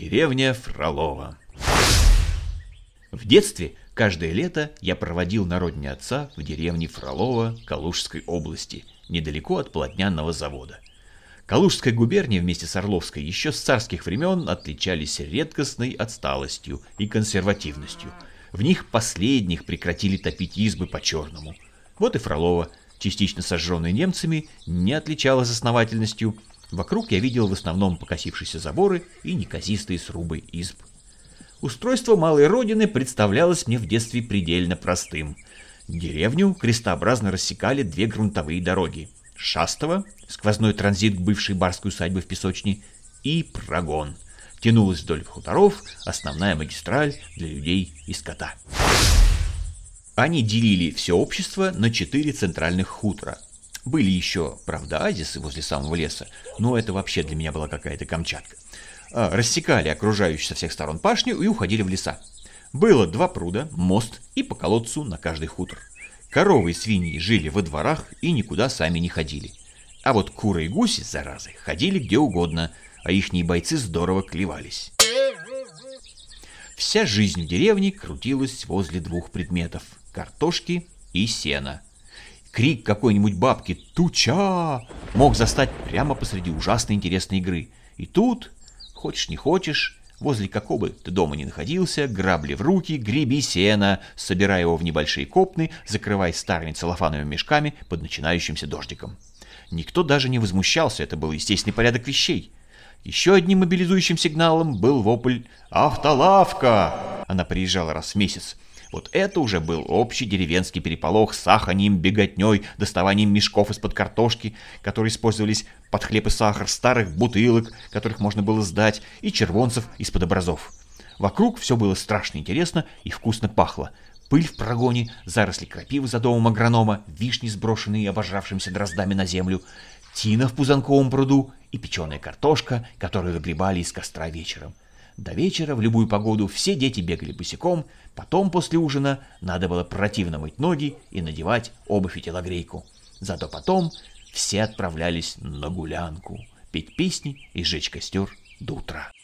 Деревня Фролово. В детстве каждое лето я проводил на родине отца в деревне Фролово Калужской области, недалеко от полотняного завода. Калужская губерния вместе с Орловской еще с царских времен отличались редкостной отсталостью и консервативностью. В них последних прекратили топить избы по-черному. Вот и Фролово, частично сожженное немцами, не отличалось основательностью. Вокруг я видел в основном покосившиеся заборы и неказистые срубы изб. Устройство малой родины представлялось мне в детстве предельно простым. Деревню крестообразно рассекали две грунтовые дороги. Шастово, сквозной транзит к бывшей барской усадьбе в Песочне, и прогон. Тянулась вдоль хуторов основная магистраль для людей и скота. Они делили все общество на 4 центральных хутора. Были еще, правда, оазисы возле самого леса, но это вообще для меня была какая-то Камчатка. Рассекали окружающие со всех сторон пашню и уходили в леса. Было 2 пруда, мост и по колодцу на каждый хутор. Коровы и свиньи жили во дворах и никуда сами не ходили. А вот куры и гуси, заразы, ходили где угодно, а ихние бойцы здорово клевались. Вся жизнь в деревне крутилась возле 2 предметов – картошки и сена. Крик какой-нибудь бабки «Туча!» мог застать прямо посреди ужасно интересной игры. И тут, хочешь не хочешь, возле какого бы ты дома ни находился, грабли в руки, греби сено, собирая его в небольшие копны, закрывая старыми целлофановыми мешками под начинающимся дождиком. Никто даже не возмущался, это был естественный порядок вещей. Еще одним мобилизующим сигналом был вопль «Автолавка!». Она приезжала раз в месяц. Вот это уже был общий деревенский переполох с аханьем, беготней, доставанием мешков из-под картошки, которые использовались под хлеб и сахар, старых бутылок, которых можно было сдать, и червонцев из-под образов. Вокруг все было страшно интересно и вкусно пахло. Пыль в прогоне, заросли крапивы за домом агронома, вишни, сброшенные обожравшимся дроздами на землю, тина в пузанковом пруду и печеная картошка, которую выгребали из костра вечером. До вечера в любую погоду все дети бегали босиком, потом после ужина надо было противно мыть ноги и надевать обувь и телогрейку. Зато потом все отправлялись на гулянку, петь песни и жечь костер до утра.